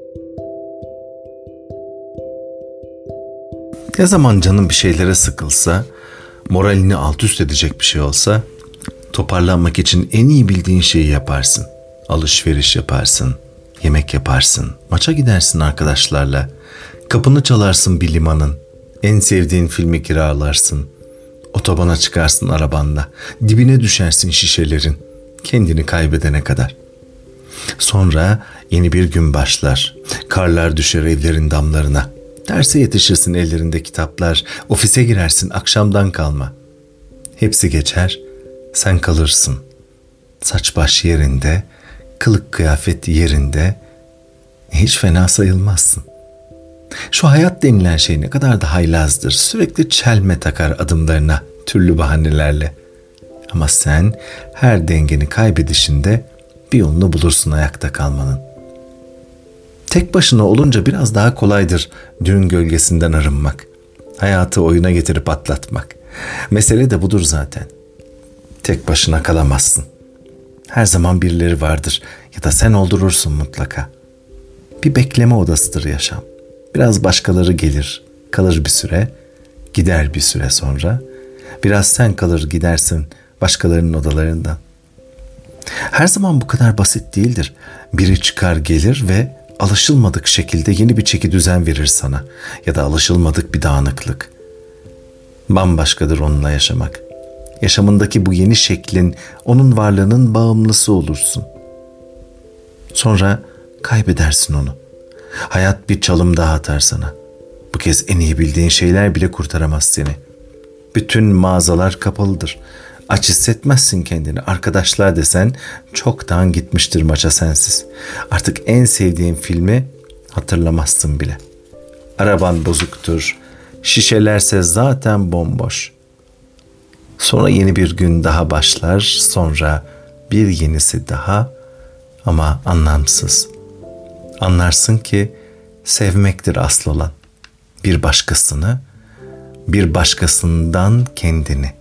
Ne zaman canın bir şeylere sıkılsa, moralini alt üst edecek bir şey olsa, toparlanmak için en iyi bildiğin şeyi yaparsın. Alışveriş yaparsın, yemek yaparsın, maça gidersin arkadaşlarla, kapını çalarsın bir limanın, en sevdiğin filmi kiralarsın, otobana çıkarsın arabanla, dibine düşersin şişelerin, kendini kaybedene kadar. Sonra yeni bir gün başlar, karlar düşer evlerin damlarına, derse yetişirsin ellerinde kitaplar, ofise girersin akşamdan kalma. Hepsi geçer, sen kalırsın. Saç baş yerinde, kılık kıyafet yerinde, hiç fena sayılmazsın. Şu hayat denilen şey ne kadar da haylazdır. Sürekli çelme takar adımlarına türlü bahanelerle. Ama sen her dengeni kaybedişinde bir yolunu bulursun ayakta kalmanın. Tek başına olunca biraz daha kolaydır dün gölgesinden arınmak. Hayatı oyuna getirip atlatmak. Mesele de budur zaten. Tek başına kalamazsın. Her zaman birileri vardır ya da sen oldurursun mutlaka. Bir bekleme odasıdır yaşam. Biraz başkaları gelir, kalır bir süre, gider bir süre sonra. Biraz sen kalır gidersin başkalarının odalarından. Her zaman bu kadar basit değildir. Biri çıkar gelir ve alışılmadık şekilde yeni bir çeki düzen verir sana ya da alışılmadık bir dağınıklık. Bambaşkadır onunla yaşamak. Yaşamındaki bu yeni şeklin, onun varlığının bağımlısı olursun. Sonra kaybedersin onu. Hayat bir çalım daha atar sana. Bu kez en iyi bildiğin şeyler bile kurtaramaz seni. Bütün mağazalar kapalıdır. Aç hissetmezsin kendini. Arkadaşlar desen çoktan gitmiştir maça sensiz. Artık en sevdiğin filmi hatırlamazsın bile. Araban bozuktur. Şişelerse zaten bomboş. Sonra yeni bir gün daha başlar. Sonra bir yenisi daha ama anlamsız. Anlarsın ki sevmektir asıl olan. Bir başkasını, bir başkasından kendini.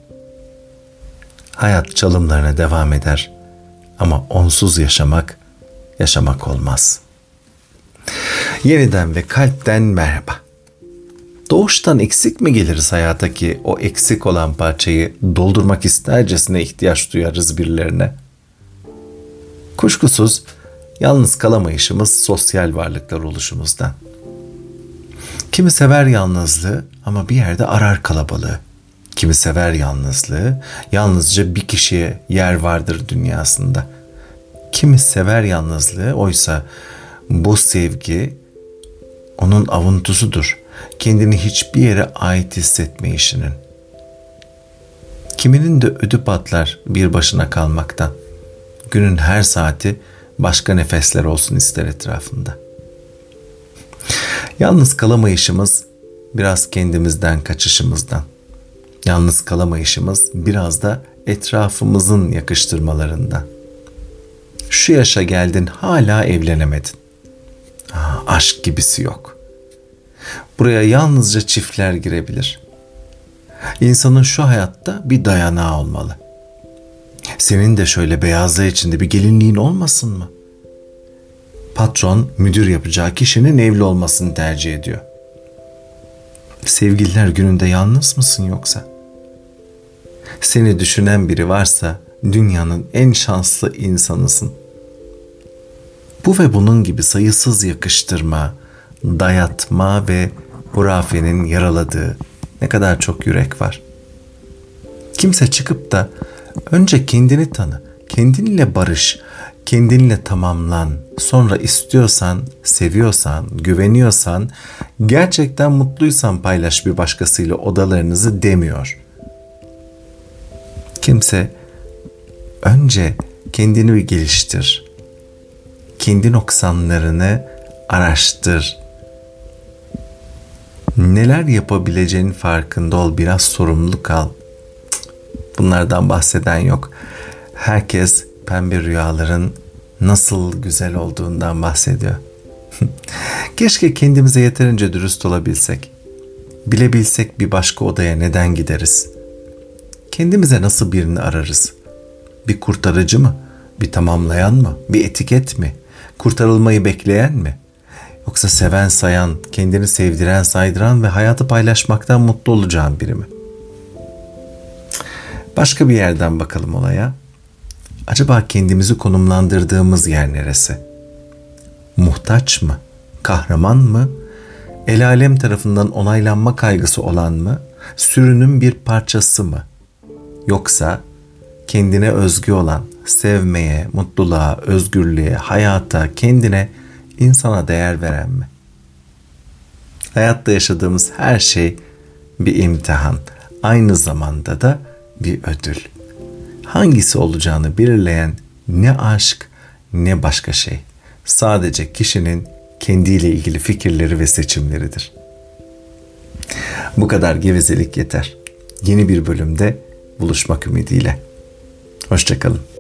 Hayat çalımlarına devam eder ama onsuz yaşamak olmaz. Yeniden ve kalpten merhaba. Doğuştan eksik mi geliriz hayata ki o eksik olan parçayı doldurmak istercesine ihtiyaç duyarız birilerine? Kuşkusuz yalnız kalamayışımız sosyal varlıklar oluşumuzdan. Kimi sever yalnızlığı ama bir yerde arar kalabalığı. Kimi sever yalnızlığı, yalnızca bir kişiye yer vardır dünyasında. Kimi sever yalnızlığı, oysa bu sevgi onun avuntusudur. Kendini hiçbir yere ait hissetme işinin. Kiminin de ödü patlar bir başına kalmaktan. Günün her saati başka nefesler olsun ister etrafında. Yalnız kalamayışımız biraz kendimizden kaçışımızdan. Yalnız kalamayışımız biraz da etrafımızın yakıştırmalarından. Şu yaşa geldin hala evlenemedin. Aşk gibisi yok. Buraya yalnızca çiftler girebilir. İnsanın şu hayatta bir dayanağı olmalı. Senin de şöyle beyazlar içinde bir gelinliğin olmasın mı? Patron müdür yapacağı kişinin evli olmasını tercih ediyor. Sevgililer gününde yalnız mısın yoksa? Seni düşünen biri varsa dünyanın en şanslı insanısın. Bu ve bunun gibi sayısız yakıştırma, dayatma ve hurafenin yaraladığı ne kadar çok yürek var. Kimse çıkıp da önce kendini tanı, kendinle barış, kendinle tamamlan, sonra istiyorsan, seviyorsan, güveniyorsan, gerçekten mutluysan paylaş bir başkasıyla odalarınızı demiyor. Kimse önce kendini bir geliştir, kendi noksanlarını araştır, neler yapabileceğinin farkında ol, biraz sorumluluk al. Bunlardan bahseden yok. Herkes pembe rüyaların nasıl güzel olduğundan bahsediyor. Keşke kendimize yeterince dürüst olabilsek. Bilebilsek bir başka odaya neden gideriz? Kendimize nasıl birini ararız? Bir kurtarıcı mı? Bir tamamlayan mı? Bir etiket mi? Kurtarılmayı bekleyen mi? Yoksa seven, sayan, kendini sevdiren, saydıran ve hayatı paylaşmaktan mutlu olacağın biri mi? Başka bir yerden bakalım olaya. Acaba kendimizi konumlandırdığımız yer neresi? Muhtaç mı? Kahraman mı? El alem tarafından onaylanma kaygısı olan mı? Sürünün bir parçası mı? Yoksa kendine özgü olan, sevmeye, mutluluğa, özgürlüğe, hayata, kendine, insana değer veren mi? Hayatta yaşadığımız her şey bir imtihan. Aynı zamanda da bir ödül. Hangisi olacağını belirleyen ne aşk ne başka şey. Sadece kişinin kendiyle ilgili fikirleri ve seçimleridir. Bu kadar gevezelik yeter. Yeni bir bölümde buluşmak ümidiyle. Hoşça kalın.